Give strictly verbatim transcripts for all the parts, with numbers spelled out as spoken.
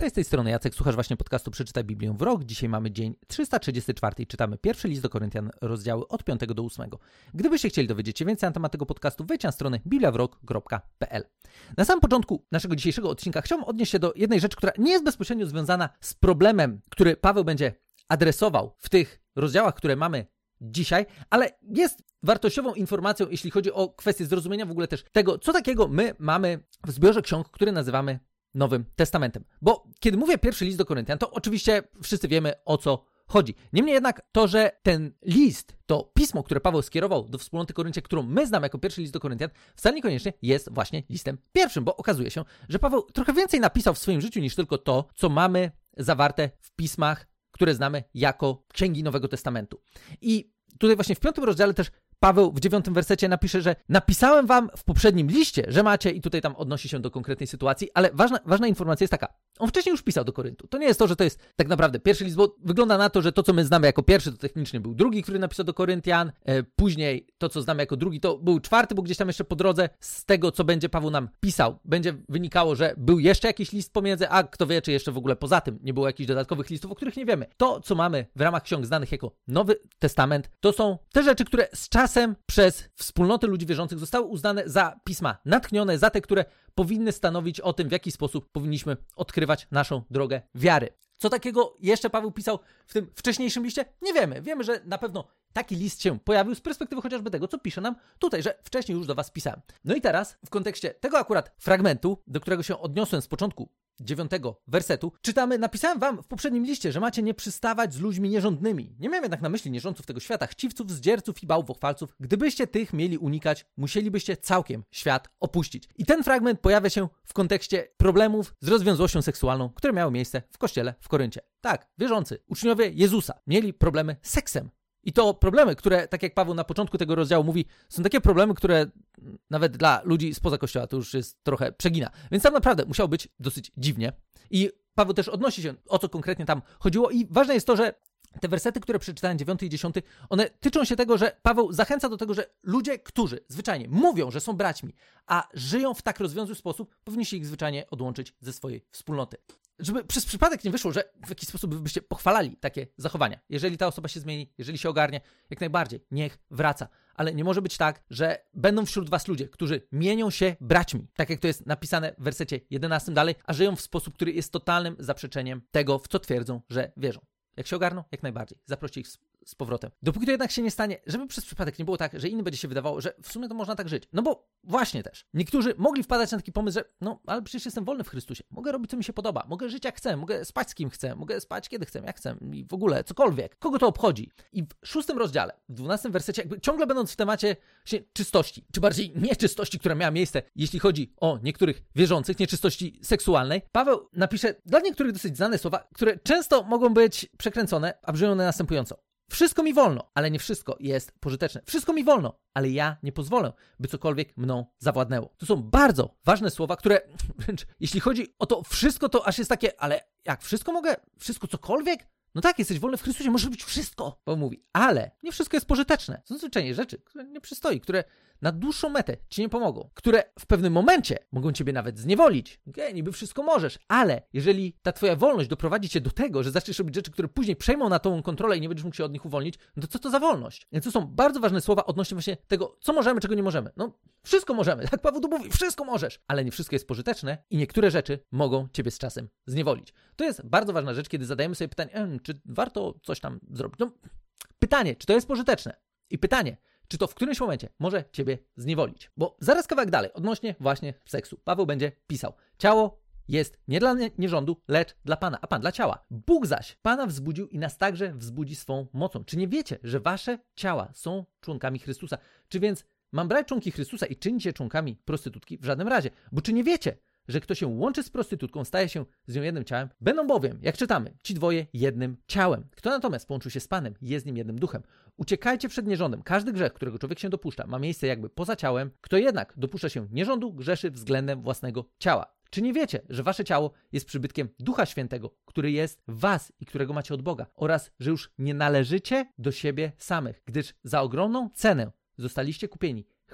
Cześć, z tej strony Jacek, słuchasz właśnie podcastu Przeczytaj Biblię w rok. Dzisiaj mamy dzień trzysta trzydziesty czwarty i czytamy pierwszy list do Koryntian, rozdziały od piątego do ósmego. Gdybyście chcieli dowiedzieć się więcej na temat tego podcastu, wejdź na stronę biblia w rok kropka p l. Na samym początku naszego dzisiejszego odcinka chciałbym odnieść się do jednej rzeczy, która nie jest bezpośrednio związana z problemem, który Paweł będzie adresował w tych rozdziałach, które mamy dzisiaj, ale jest wartościową informacją, jeśli chodzi o kwestię zrozumienia w ogóle też tego, co takiego my mamy w zbiorze ksiąg, który nazywamy Nowym Testamentem. Bo kiedy mówię pierwszy list do Koryntian, to oczywiście wszyscy wiemy, o co chodzi. Niemniej jednak to, że ten list, to pismo, które Paweł skierował do wspólnoty Koryncie, którą my znamy jako pierwszy list do Koryntian, wcale niekoniecznie jest właśnie listem pierwszym, bo okazuje się, że Paweł trochę więcej napisał w swoim życiu niż tylko to, co mamy zawarte w pismach, które znamy jako księgi Nowego Testamentu. I tutaj właśnie w piątym rozdziale też Paweł w dziewiątym wersecie napisze, że napisałem wam w poprzednim liście, że macie, i tutaj tam odnosi się do konkretnej sytuacji, ale ważna, ważna informacja jest taka. On wcześniej już pisał do Koryntu. To nie jest to, że to jest tak naprawdę pierwszy list, bo wygląda na to, że to, co my znamy jako pierwszy, to technicznie był drugi, który napisał do Koryntian. E, później to, co znamy jako drugi, to był czwarty, bo gdzieś tam jeszcze po drodze z tego, co będzie Paweł nam pisał, będzie wynikało, że był jeszcze jakiś list pomiędzy, a kto wie, czy jeszcze w ogóle poza tym nie było jakichś dodatkowych listów, o których nie wiemy. To, co mamy w ramach ksiąg znanych jako Nowy Testament, to są te rzeczy, które z czasem przez wspólnotę ludzi wierzących zostały uznane za pisma natchnione, za te, które powinny stanowić o tym, w jaki sposób powinniśmy odkrywać naszą drogę wiary. Co takiego jeszcze Paweł pisał w tym wcześniejszym liście? Nie wiemy. Wiemy, że na pewno taki list się pojawił z perspektywy chociażby tego, co pisze nam tutaj, że wcześniej już do was pisałem. No i teraz w kontekście tego akurat fragmentu, do którego się odniosłem z początku dziewiątego wersetu, czytamy: napisałem wam w poprzednim liście, że macie nie przystawać z ludźmi nierządnymi. Nie miałem jednak na myśli nierządców tego świata, chciwców, zdzierców i bałwochwalców. Gdybyście tych mieli unikać, musielibyście całkiem świat opuścić. I ten fragment pojawia się w kontekście problemów z rozwiązłością seksualną, które miały miejsce w kościele w Koryncie. Tak, wierzący, uczniowie Jezusa mieli problemy z seksem. I to problemy, które, tak jak Paweł na początku tego rozdziału mówi, są takie problemy, które nawet dla ludzi spoza kościoła to już jest trochę przegina. Więc tam naprawdę musiało być dosyć dziwnie. I Paweł też odnosi się, o co konkretnie tam chodziło. I ważne jest to, że te wersety, które przeczytałem, dziewiąty i dziesiąty, one tyczą się tego, że Paweł zachęca do tego, że ludzie, którzy zwyczajnie mówią, że są braćmi, a żyją w tak rozwiązły sposób, powinni się ich zwyczajnie odłączyć ze swojej wspólnoty. Żeby przez przypadek nie wyszło, że w jakiś sposób byście pochwalali takie zachowania. Jeżeli ta osoba się zmieni, jeżeli się ogarnie, jak najbardziej, niech wraca. Ale nie może być tak, że będą wśród was ludzie, którzy mienią się braćmi, tak jak to jest napisane w wersecie jedenastym dalej, a żyją w sposób, który jest totalnym zaprzeczeniem tego, w co twierdzą, że wierzą. Jak się ogarną, jak najbardziej. Zaproście ich z, z powrotem. Dopóki to jednak się nie stanie, żeby przez przypadek nie było tak, że innym będzie się wydawało, że w sumie to można tak żyć. No bo właśnie też. Niektórzy mogli wpadać na taki pomysł, że no, ale przecież jestem wolny w Chrystusie. Mogę robić, co mi się podoba. Mogę żyć jak chcę. Mogę spać z kim chcę. Mogę spać kiedy chcę, jak chcę. I w ogóle cokolwiek. Kogo to obchodzi? I w szóstym rozdziale, w dwunastym wersecie, jakby ciągle będąc w temacie czystości, czy bardziej nieczystości, która miała miejsce, jeśli chodzi o niektórych wierzących, nieczystości seksualnej, Paweł napisze dla niektórych dosyć znane słowa, które często mogą być przekręcone, a brzmią one następująco. Wszystko mi wolno, ale nie wszystko jest pożyteczne. Wszystko mi wolno, ale ja nie pozwolę, by cokolwiek mną zawładnęło. To są bardzo ważne słowa, które wręcz jeśli chodzi o to wszystko, to aż jest takie, ale jak wszystko mogę? Wszystko cokolwiek? No tak, jesteś wolny w Chrystusie, możesz robić wszystko, bo mówi, ale nie wszystko jest pożyteczne. Są zwyczajnie rzeczy, które nie przystoi, które na dłuższą metę ci nie pomogą, które w pewnym momencie mogą ciebie nawet zniewolić. Okej, okay, niby wszystko możesz, ale jeżeli ta twoja wolność doprowadzi cię do tego, że zaczniesz robić rzeczy, które później przejmą na tą kontrolę i nie będziesz mógł się od nich uwolnić, no to co to za wolność? Więc to są bardzo ważne słowa odnośnie właśnie tego, co możemy, czego nie możemy. No, wszystko możemy, tak Paweł tu mówi, wszystko możesz, ale nie wszystko jest pożyteczne i niektóre rzeczy mogą ciebie z czasem zniewolić. To jest bardzo ważna rzecz, kiedy zadajemy sobie pytanie, ehm, czy warto coś tam zrobić? No, pytanie, czy to jest pożyteczne? I pytanie, czy to w którymś momencie może ciebie zniewolić? Bo zaraz kawałek dalej, odnośnie właśnie seksu, Paweł będzie pisał: ciało jest nie dla nierządu, lecz dla Pana, a Pan dla ciała. Bóg zaś Pana wzbudził i nas także wzbudzi swą mocą. Czy nie wiecie, że wasze ciała są członkami Chrystusa? Czy więc mam brać członki Chrystusa i czynić je członkami prostytutki? W żadnym razie. Bo czy nie wiecie, że kto się łączy z prostytutką, staje się z nią jednym ciałem? Będą bowiem, jak czytamy, ci dwoje jednym ciałem. Kto natomiast połączył się z Panem, jest z nim jednym duchem. Uciekajcie przed nierządem. Każdy grzech, którego człowiek się dopuszcza, ma miejsce jakby poza ciałem. Kto jednak dopuszcza się nierządu, grzeszy względem własnego ciała. Czy nie wiecie, że wasze ciało jest przybytkiem Ducha Świętego, który jest w was i którego macie od Boga, oraz że już nie należycie do siebie samych, gdyż za ogromną cenę zostaliście kupieni.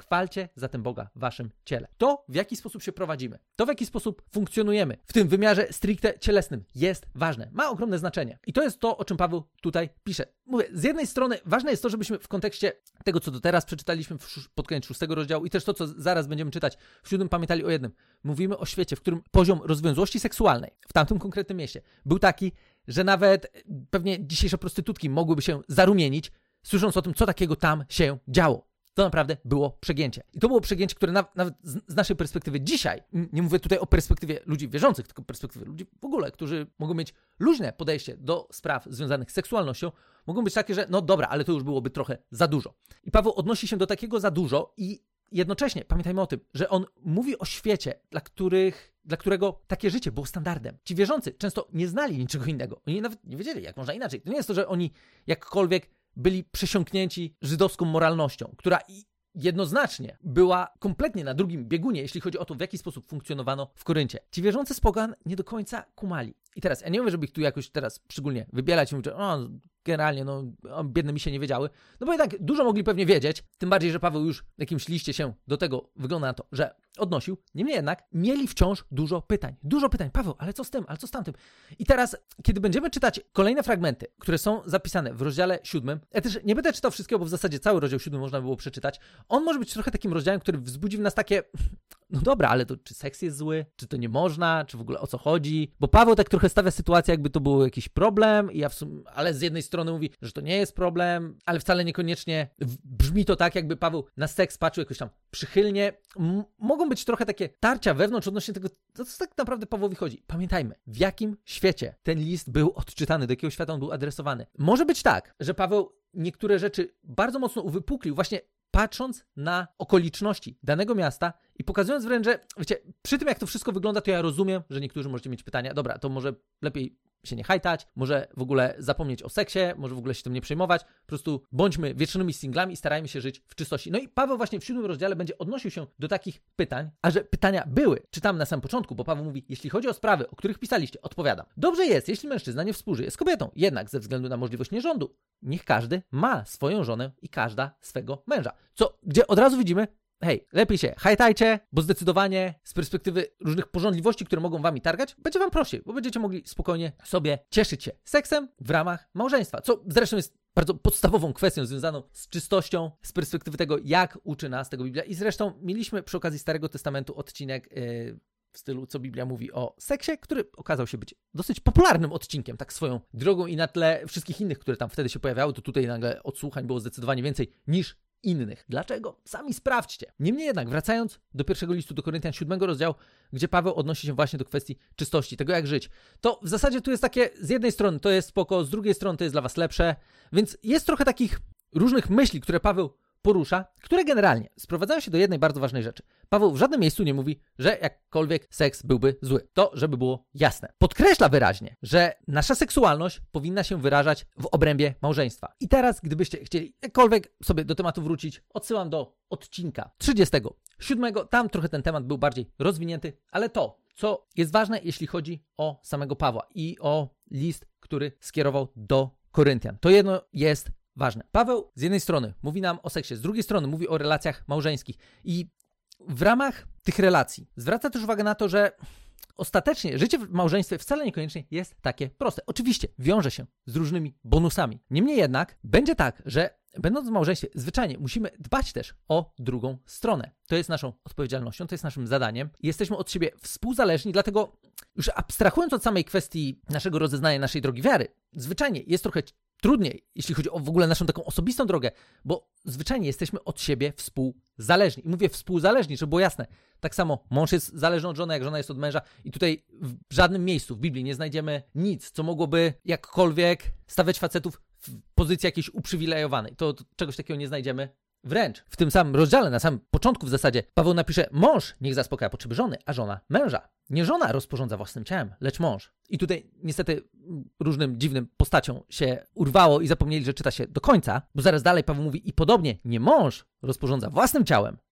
chwalcie zatem Boga w waszym ciele. To, w jaki sposób się prowadzimy, to, w jaki sposób funkcjonujemy w tym wymiarze stricte cielesnym, jest ważne. Ma ogromne znaczenie. I to jest to, o czym Paweł tutaj pisze. Mówię, z jednej strony ważne jest to, żebyśmy w kontekście tego, co do teraz przeczytaliśmy w, pod koniec szóstego rozdziału i też to, co zaraz będziemy czytać w siódmym, pamiętali o jednym. Mówimy o świecie, w którym poziom rozwiązłości seksualnej w tamtym konkretnym mieście był taki, że nawet pewnie dzisiejsze prostytutki mogłyby się zarumienić, słysząc o tym, co takiego tam się działo. To naprawdę było przegięcie. I to było przegięcie, które na, nawet z, z naszej perspektywy dzisiaj, nie mówię tutaj o perspektywie ludzi wierzących, tylko perspektywie ludzi w ogóle, którzy mogą mieć luźne podejście do spraw związanych z seksualnością, mogą być takie, że no dobra, ale to już byłoby trochę za dużo. I Paweł odnosi się do takiego za dużo i jednocześnie pamiętajmy o tym, że on mówi o świecie, dla których, dla którego takie życie było standardem. Ci wierzący często nie znali niczego innego. Oni nawet nie wiedzieli, jak można inaczej. To nie jest to, że oni jakkolwiek byli przesiąknięci żydowską moralnością, która jednoznacznie była kompletnie na drugim biegunie, jeśli chodzi o to, w jaki sposób funkcjonowano w Koryncie. Ci wierzący z pogan nie do końca kumali. I teraz, ja nie mówię, żeby ich tu jakoś teraz szczególnie wybierać i mówić, że o, generalnie, no, biedne mi się nie wiedziały, no bo i tak dużo mogli pewnie wiedzieć, tym bardziej, że Paweł już w jakimś liście się do tego, wygląda na to, że odnosił. Niemniej jednak mieli wciąż dużo pytań. Dużo pytań. Paweł, ale co z tym? Ale co z tamtym? I teraz, kiedy będziemy czytać kolejne fragmenty, które są zapisane w rozdziale siódmym, ja też nie będę czytał wszystkiego, bo w zasadzie cały rozdział siódmy można było przeczytać. On może być trochę takim rozdziałem, który wzbudzi w nas takie, no dobra, ale to czy seks jest zły? Czy to nie można? Czy w ogóle o co chodzi? Bo Paweł tak trochę stawia sytuację, jakby to był jakiś problem, i ja w sumie, ale z jednej strony mówi, że to nie jest problem, ale wcale niekoniecznie brzmi to tak, jakby Paweł na seks patrzył jakoś tam przychylnie. M- mogą być trochę takie tarcia wewnątrz odnośnie tego, co tak naprawdę Pawłowi chodzi. Pamiętajmy, w jakim świecie ten list był odczytany, do jakiego świata on był adresowany. Może być tak, że Paweł niektóre rzeczy bardzo mocno uwypuklił, właśnie patrząc na okoliczności danego miasta i pokazując wręcz, że wiecie, przy tym jak to wszystko wygląda, to ja rozumiem, że niektórzy możecie mieć pytania, dobra, to może lepiej się nie hajtać, może w ogóle zapomnieć o seksie, może w ogóle się tym nie przejmować, po prostu bądźmy wiecznymi singlami i starajmy się żyć w czystości. No i Paweł właśnie w siódmym rozdziale będzie odnosił się do takich pytań, a że pytania były, czytam na samym początku, bo Paweł mówi, jeśli chodzi o sprawy, o których pisaliście, odpowiadam. Dobrze jest, jeśli mężczyzna nie współżyje z kobietą, jednak ze względu na możliwość nierządu, niech każdy ma swoją żonę i każda swego męża. Co, gdzie od razu widzimy, hej, lepiej się hajtajcie, bo zdecydowanie z perspektywy różnych pożądliwości, które mogą wami targać, będzie wam prościej, bo będziecie mogli spokojnie sobie cieszyć się seksem w ramach małżeństwa, co zresztą jest bardzo podstawową kwestią związaną z czystością, z perspektywy tego, jak uczy nas tego Biblia. I zresztą mieliśmy przy okazji Starego Testamentu odcinek yy, w stylu, co Biblia mówi o seksie, który okazał się być dosyć popularnym odcinkiem, tak swoją drogą, i na tle wszystkich innych, które tam wtedy się pojawiały, to tutaj nagle odsłuchań było zdecydowanie więcej niż innych. Dlaczego? Sami sprawdźcie. Niemniej jednak, wracając do pierwszego listu do Koryntian, siódmego rozdziału, gdzie Paweł odnosi się właśnie do kwestii czystości, tego jak żyć, to w zasadzie tu jest takie, z jednej strony to jest spoko, z drugiej strony to jest dla was lepsze, więc jest trochę takich różnych myśli, które Paweł porusza, które generalnie sprowadzają się do jednej bardzo ważnej rzeczy. Paweł w żadnym miejscu nie mówi, że jakkolwiek seks byłby zły. To, żeby było jasne. Podkreśla wyraźnie, że nasza seksualność powinna się wyrażać w obrębie małżeństwa. I teraz, gdybyście chcieli jakkolwiek sobie do tematu wrócić, odsyłam do odcinka trzydziestego siódmego. Tam trochę ten temat był bardziej rozwinięty, ale to, co jest ważne, jeśli chodzi o samego Pawła i o list, który skierował do Koryntian. To jedno jest ważne. Paweł z jednej strony mówi nam o seksie, z drugiej strony mówi o relacjach małżeńskich i w ramach tych relacji zwraca też uwagę na to, że ostatecznie życie w małżeństwie wcale niekoniecznie jest takie proste. Oczywiście wiąże się z różnymi bonusami. Niemniej jednak będzie tak, że będąc w małżeństwie zwyczajnie musimy dbać też o drugą stronę. To jest naszą odpowiedzialnością, to jest naszym zadaniem. Jesteśmy od siebie współzależni, dlatego już abstrahując od samej kwestii naszego rozeznania, naszej drogi wiary, zwyczajnie jest trochę trudniej, jeśli chodzi o w ogóle naszą taką osobistą drogę, bo zwyczajnie jesteśmy od siebie współzależni. I mówię współzależni, żeby było jasne. Tak samo mąż jest zależny od żony, jak żona jest od męża, i tutaj w żadnym miejscu w Biblii nie znajdziemy nic, co mogłoby jakkolwiek stawiać facetów w pozycji jakiejś uprzywilejowanej. To, to czegoś takiego nie znajdziemy. Wręcz w tym samym rozdziale, na samym początku w zasadzie, Paweł napisze: mąż niech zaspokaja potrzeby żony, a żona męża. Nie żona rozporządza własnym ciałem, lecz mąż. I tutaj niestety różnym dziwnym postaciom się urwało i zapomnieli, że czyta się do końca, bo zaraz dalej Paweł mówi: i podobnie nie mąż rozporządza własnym ciałem,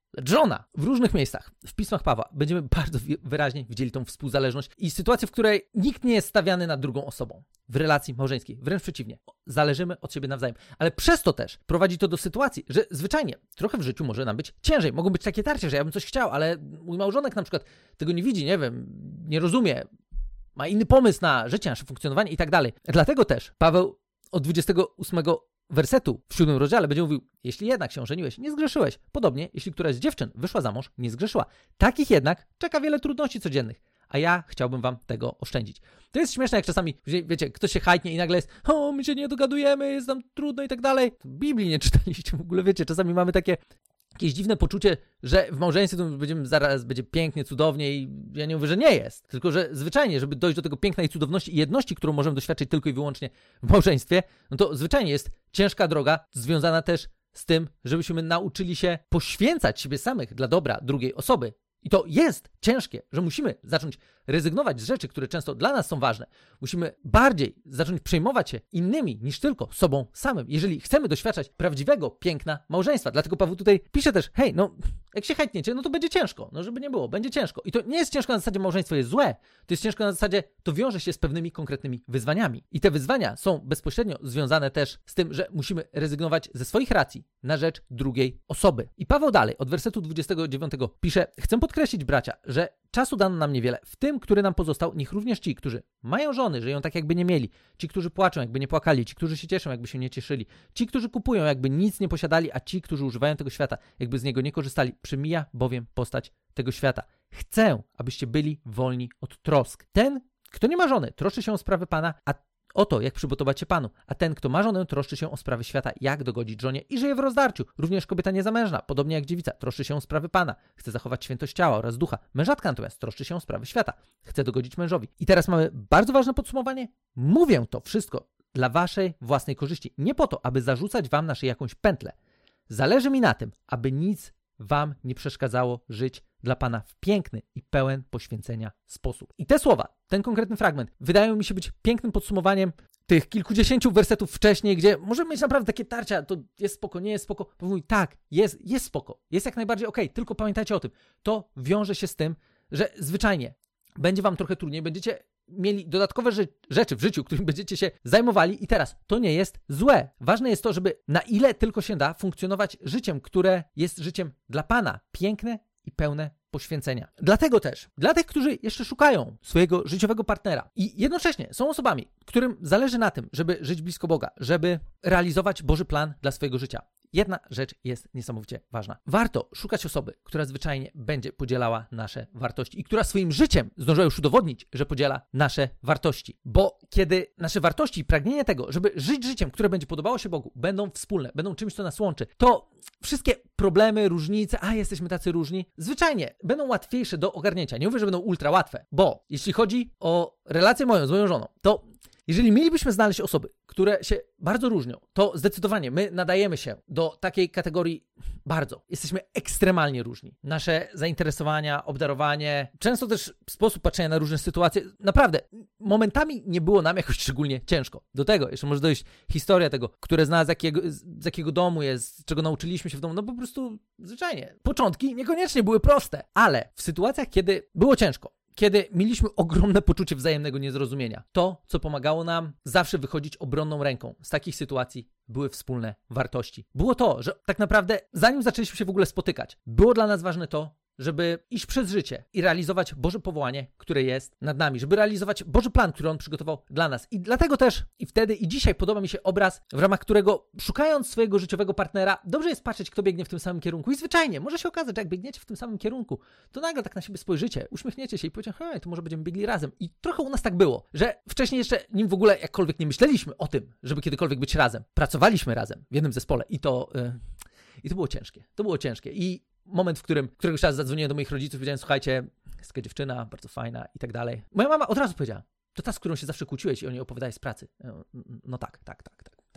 Lecz żona w różnych miejscach, w pismach Pawła, będziemy bardzo wyraźnie widzieli tą współzależność i sytuację, w której nikt nie jest stawiany nad drugą osobą w relacji małżeńskiej. Wręcz przeciwnie, zależymy od siebie nawzajem. Ale przez to też prowadzi to do sytuacji, że zwyczajnie trochę w życiu może nam być ciężej. Mogą być takie tarcia, że ja bym coś chciał, ale mój małżonek na przykład tego nie widzi, nie wiem, nie rozumie, ma inny pomysł na życie, nasze funkcjonowanie i tak dalej. Dlatego też Paweł od dwudziestego ósmego wersetu w siódmym rozdziale będzie mówił: jeśli jednak się ożeniłeś, nie zgrzeszyłeś. Podobnie, jeśli któraś z dziewczyn wyszła za mąż, nie zgrzeszyła. Takich jednak czeka wiele trudności codziennych, a ja chciałbym wam tego oszczędzić. To jest śmieszne, jak czasami, wiecie, ktoś się hajtnie i nagle jest: o, my się nie dogadujemy, jest nam trudno i tak dalej. Biblii nie czytaliście w ogóle, wiecie, czasami mamy takie jakieś dziwne poczucie, że w małżeństwie to będziemy zaraz będzie pięknie, cudownie i ja nie mówię, że nie jest. Tylko, że zwyczajnie, żeby dojść do tego piękna i cudowności i jedności, którą możemy doświadczyć tylko i wyłącznie w małżeństwie, no to zwyczajnie jest ciężka droga związana też z tym, żebyśmy nauczyli się poświęcać siebie samych dla dobra drugiej osoby. I to jest ciężkie, że musimy zacząć rezygnować z rzeczy, które często dla nas są ważne. Musimy bardziej zacząć przejmować się innymi niż tylko sobą samym, jeżeli chcemy doświadczać prawdziwego piękna małżeństwa. Dlatego Paweł tutaj pisze też: hej, no jak się chętniecie, no to będzie ciężko. No żeby nie było, będzie ciężko. I to nie jest ciężko na zasadzie małżeństwo jest złe. To jest ciężko na zasadzie, to wiąże się z pewnymi konkretnymi wyzwaniami. I te wyzwania są bezpośrednio związane też z tym, że musimy rezygnować ze swoich racji na rzecz drugiej osoby. I Paweł dalej, od wersetu dwudziestego dziewiątego pisze: chcę podkreślić, bracia, że czasu dano nam niewiele. W tym, który nam pozostał, niech również ci, którzy mają żony, żyją tak, jakby nie mieli. Ci, którzy płaczą, jakby nie płakali. Ci, którzy się cieszą, jakby się nie cieszyli. Ci, którzy kupują, jakby nic nie posiadali, a ci, którzy używają tego świata, jakby z niego nie korzystali. Przymija bowiem postać tego świata. Chcę, abyście byli wolni od trosk. Ten, kto nie ma żony, troszczy się o sprawy Pana, a o to, jak przygotować się Panu, a ten, kto ma żonę, troszczy się o sprawy świata, jak dogodzić żonie i żyje w rozdarciu. Również kobieta niezamężna, podobnie jak dziewica, troszczy się o sprawy Pana, chce zachować świętość ciała oraz ducha. Mężatka natomiast troszczy się o sprawy świata, chce dogodzić mężowi. I teraz mamy bardzo ważne podsumowanie. Mówię to wszystko dla waszej własnej korzyści, nie po to, aby zarzucać wam nasze jakąś pętlę. Zależy mi na tym, aby nic wam nie przeszkadzało żyć dla Pana w piękny i pełen poświęcenia sposób. I te słowa, ten konkretny fragment, wydają mi się być pięknym podsumowaniem tych kilkudziesięciu wersetów wcześniej, gdzie możemy mieć naprawdę takie tarcia, to jest spoko, nie jest spoko. Bo mówi, tak, jest, jest spoko, jest jak najbardziej okej, okay, tylko pamiętajcie o tym. To wiąże się z tym, że zwyczajnie będzie wam trochę trudniej, będziecie mieli dodatkowe ży- rzeczy w życiu, którymi będziecie się zajmowali i teraz to nie jest złe. Ważne jest to, żeby na ile tylko się da funkcjonować życiem, które jest życiem dla Pana, piękne i pełne poświęcenia. Dlatego też, dla tych, którzy jeszcze szukają swojego życiowego partnera i jednocześnie są osobami, którym zależy na tym, żeby żyć blisko Boga, żeby realizować Boży plan dla swojego życia. Jedna rzecz jest niesamowicie ważna. Warto szukać osoby, która zwyczajnie będzie podzielała nasze wartości i która swoim życiem zdążyła już udowodnić, że podziela nasze wartości. Bo kiedy nasze wartości i pragnienie tego, żeby żyć życiem, które będzie podobało się Bogu, będą wspólne, będą czymś, co nas łączy, to wszystkie problemy, różnice, a jesteśmy tacy różni, zwyczajnie będą łatwiejsze do ogarnięcia. Nie mówię, że będą ultra łatwe, bo jeśli chodzi o relację moją z moją żoną, to jeżeli mielibyśmy znaleźć osoby, które się bardzo różnią, to zdecydowanie my nadajemy się do takiej kategorii bardzo. Jesteśmy ekstremalnie różni. Nasze zainteresowania, obdarowanie, często też sposób patrzenia na różne sytuacje. Naprawdę, momentami nie było nam jakoś szczególnie ciężko. Do tego jeszcze może dojść historia tego, które z nas, z jakiego, z jakiego domu jest, czego nauczyliśmy się w domu. No po prostu zwyczajnie. Początki niekoniecznie były proste, ale w sytuacjach, kiedy było ciężko, kiedy mieliśmy ogromne poczucie wzajemnego niezrozumienia. To, co pomagało nam zawsze wychodzić obronną ręką z takich sytuacji, były wspólne wartości. Było to, że tak naprawdę zanim zaczęliśmy się w ogóle spotykać, było dla nas ważne to, żeby iść przez życie i realizować Boże powołanie, które jest nad nami, żeby realizować Boży plan, który On przygotował dla nas. I dlatego też i wtedy i dzisiaj podoba mi się obraz, w ramach którego szukając swojego życiowego partnera, dobrze jest patrzeć, kto biegnie w tym samym kierunku. I zwyczajnie może się okazać, że jak biegniecie w tym samym kierunku, to nagle tak na siebie spojrzycie, uśmiechniecie się i powiecie, hej, to może będziemy biegli razem. I trochę u nas tak było, że wcześniej jeszcze nim w ogóle jakkolwiek nie myśleliśmy o tym, żeby kiedykolwiek być razem. Pracowaliśmy razem w jednym zespole i to, yy, i to było ciężkie. To było ciężkie. I moment, w którym któregoś razu zadzwoniłem do moich rodziców i powiedziałem, słuchajcie, jest taka dziewczyna, bardzo fajna i tak dalej. Moja mama od razu powiedziała, to ta, z którą się zawsze kłóciłeś i o niej opowiadałeś z pracy. No tak, tak, tak, tak,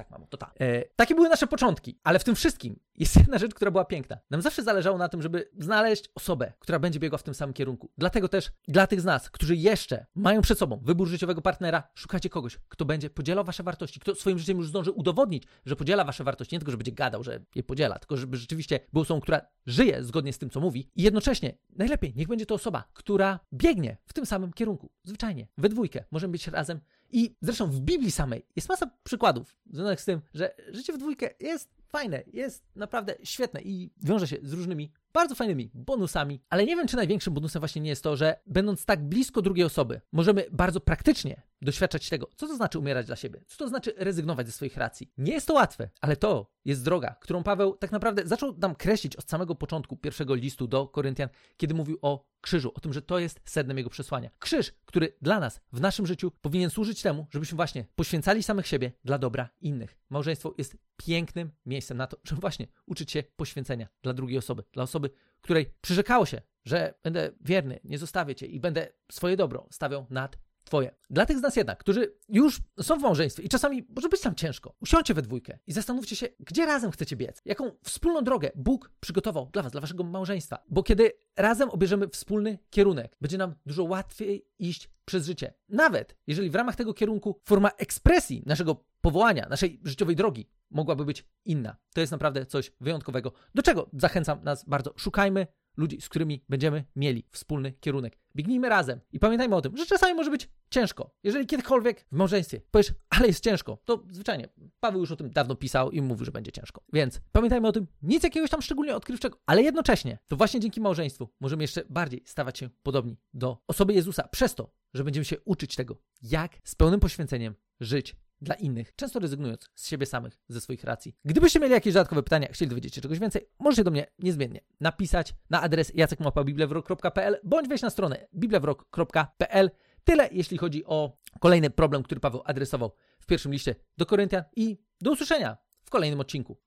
Tak, mamo, to tak. E, takie były nasze początki, ale w tym wszystkim jest jedna rzecz, która była piękna. Nam zawsze zależało na tym, żeby znaleźć osobę, która będzie biegła w tym samym kierunku. Dlatego też dla tych z nas, którzy jeszcze mają przed sobą wybór życiowego partnera, szukajcie kogoś, kto będzie podzielał wasze wartości, kto swoim życiem już zdąży udowodnić, że podziela wasze wartości, nie tylko, że będzie gadał, że je podziela, tylko żeby rzeczywiście był osobą, która żyje zgodnie z tym, co mówi i jednocześnie najlepiej niech będzie to osoba, która biegnie w tym samym kierunku. Zwyczajnie. We dwójkę. Możemy być razem. I zresztą w Biblii samej jest masa przykładów związanych z tym, że życie w dwójkę jest fajne, jest naprawdę świetne i wiąże się z różnymi bardzo fajnymi bonusami, ale nie wiem, czy największym bonusem właśnie nie jest to, że będąc tak blisko drugiej osoby, możemy bardzo praktycznie doświadczać tego, co to znaczy umierać dla siebie, co to znaczy rezygnować ze swoich racji. Nie jest to łatwe, ale to jest droga, którą Paweł tak naprawdę zaczął nam kreślić od samego początku pierwszego listu do Koryntian, kiedy mówił o krzyżu, o tym, że to jest sednem jego przesłania. Krzyż, który dla nas w naszym życiu powinien służyć temu, żebyśmy właśnie poświęcali samych siebie dla dobra innych. Małżeństwo jest pięknym miejscem na to, żeby właśnie uczyć się poświęcenia dla drugiej osoby, dla osoby, której przyrzekało się, że będę wierny, nie zostawię cię i będę swoje dobro stawiał nad twoje. Dla tych z nas jednak, którzy już są w małżeństwie i czasami może być tam ciężko, usiądźcie we dwójkę i zastanówcie się, gdzie razem chcecie biec, jaką wspólną drogę Bóg przygotował dla was, dla waszego małżeństwa. Bo kiedy razem obierzemy wspólny kierunek, będzie nam dużo łatwiej iść przez życie. Nawet jeżeli w ramach tego kierunku forma ekspresji naszego powołania, naszej życiowej drogi mogłaby być inna. To jest naprawdę coś wyjątkowego. Do czego zachęcam nas bardzo. Szukajmy ludzi, z którymi będziemy mieli wspólny kierunek. Biegnijmy razem i pamiętajmy o tym, że czasami może być ciężko. Jeżeli kiedykolwiek w małżeństwie powiesz, ale jest ciężko, to zwyczajnie Paweł już o tym dawno pisał i mówił, że będzie ciężko. Więc pamiętajmy o tym, nic jakiegoś tam szczególnie odkrywczego, ale jednocześnie to właśnie dzięki małżeństwu możemy jeszcze bardziej stawać się podobni do osoby Jezusa przez to, że będziemy się uczyć tego, jak z pełnym poświęceniem żyć dla innych, często rezygnując z siebie samych, ze swoich racji. Gdybyście mieli jakieś dodatkowe pytania, chcieli dowiedzieć się czegoś więcej, możecie do mnie niezmiennie napisać na adres jacek małpa biblia w rok kropka p l bądź wejść na stronę biblia w rok kropka p l. Tyle, jeśli chodzi o kolejny problem, który Paweł adresował w pierwszym liście do Koryntian i do usłyszenia w kolejnym odcinku.